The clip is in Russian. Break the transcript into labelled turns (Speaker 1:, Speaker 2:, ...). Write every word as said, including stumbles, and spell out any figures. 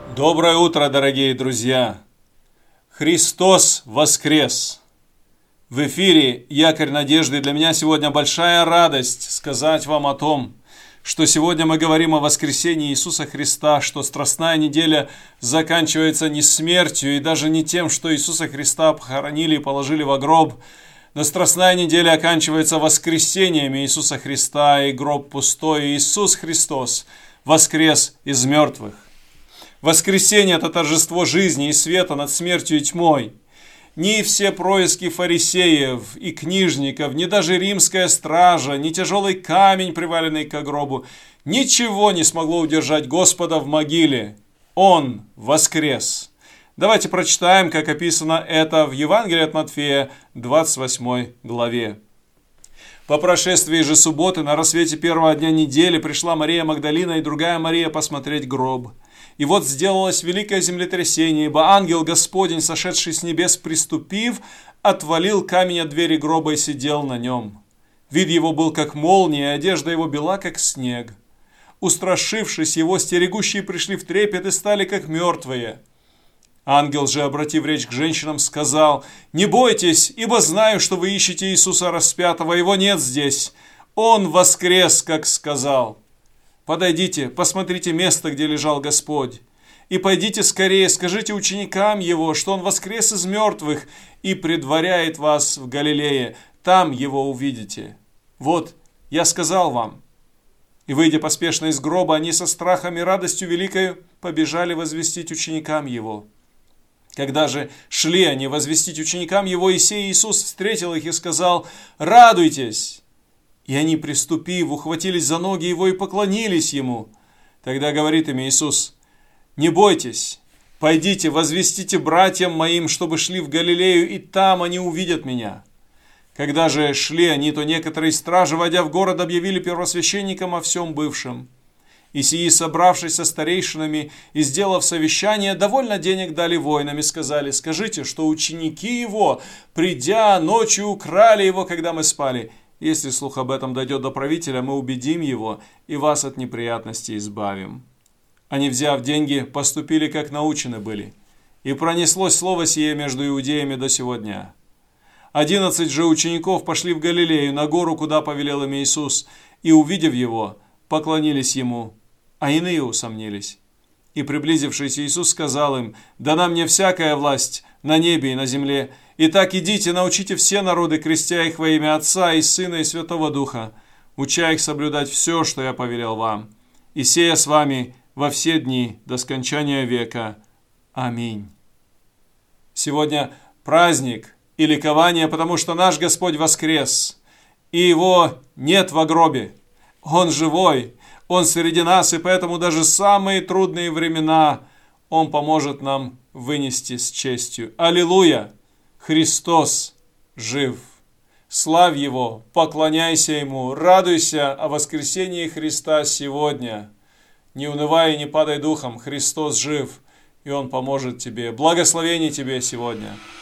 Speaker 1: Доброе утро, дорогие друзья! Христос воскрес! В эфире «Якорь надежды». Для меня сегодня большая радость сказать вам о том, что сегодня мы говорим о воскресении Иисуса Христа, что страстная неделя заканчивается не смертью и даже не тем, что Иисуса Христа похоронили и положили во гроб, но страстная неделя оканчивается воскресением Иисуса Христа, и гроб пустой, и Иисус Христос воскрес из мертвых. Воскресение – это торжество жизни и света над смертью и тьмой. Ни все происки фарисеев и книжников, ни даже римская стража, ни тяжелый камень, приваленный к гробу, ничего не смогло удержать Господа в могиле. Он воскрес. Давайте прочитаем, как описано это в Евангелии от Матфея, двадцать восьмой главе. По прошествии же субботы на рассвете первого дня недели пришла Мария Магдалина и другая Мария посмотреть гроб. И вот сделалось великое землетрясение, ибо ангел Господень, сошедший с небес, приступив, отвалил камень от двери гроба и сидел на нем. Вид его был как молния, и одежда его бела, как снег. Устрашившись его, стерегущие пришли в трепет и стали как мертвые. Ангел же, обратив речь к женщинам, сказал: «Не бойтесь, ибо знаю, что вы ищете Иисуса распятого, его нет здесь. Он воскрес, как сказал. Подойдите, посмотрите место, где лежал Господь. И пойдите скорее, скажите ученикам Его, что Он воскрес из мертвых и предваряет вас в Галилее. Там Его увидите. Вот, я сказал вам». И, выйдя поспешно из гроба, они со страхом и радостью великою побежали возвестить ученикам Его. Когда же шли они возвестить ученикам Его, Сей Иисус встретил их и сказал: «Радуйтесь!» И они, приступив, ухватились за ноги Его и поклонились Ему. Тогда говорит им Иисус: «Не бойтесь, пойдите, возвестите братьям моим, чтобы шли в Галилею, и там они увидят Меня». Когда же шли они, то некоторые стражи, войдя в город, объявили первосвященникам о всем бывшем. И сии, собравшись со старейшинами и сделав совещание, довольно денег дали воинам и сказали: «Скажите, что ученики Его, придя, ночью украли Его, когда мы спали. Если слух об этом дойдет до правителя, мы убедим его и вас от неприятностей избавим». Они, взяв деньги, поступили, как научены были. И пронеслось слово сие между иудеями до сего дня. Одиннадцать же учеников пошли в Галилею, на гору, куда повелел им Иисус, и, увидев Его, поклонились Ему, а иные усомнились. И, приблизившись, Иисус сказал им: «Дана мне всякая власть на небе и на земле. Итак, идите, научите все народы, крестя их во имя Отца и Сына и Святого Духа, уча их соблюдать все, что я повелел вам. И сея с вами во все дни до скончания века. Аминь». Сегодня праздник и ликование, потому что наш Господь воскрес, и Его нет во гробе. Он живой, Он среди нас, и поэтому даже самые трудные времена Он поможет нам вынести с честью. Аллилуйя! Христос жив! Славь Его, поклоняйся Ему, радуйся о воскресении Христа сегодня. Не унывай и не падай духом, Христос жив, и Он поможет тебе. Благословений тебе сегодня!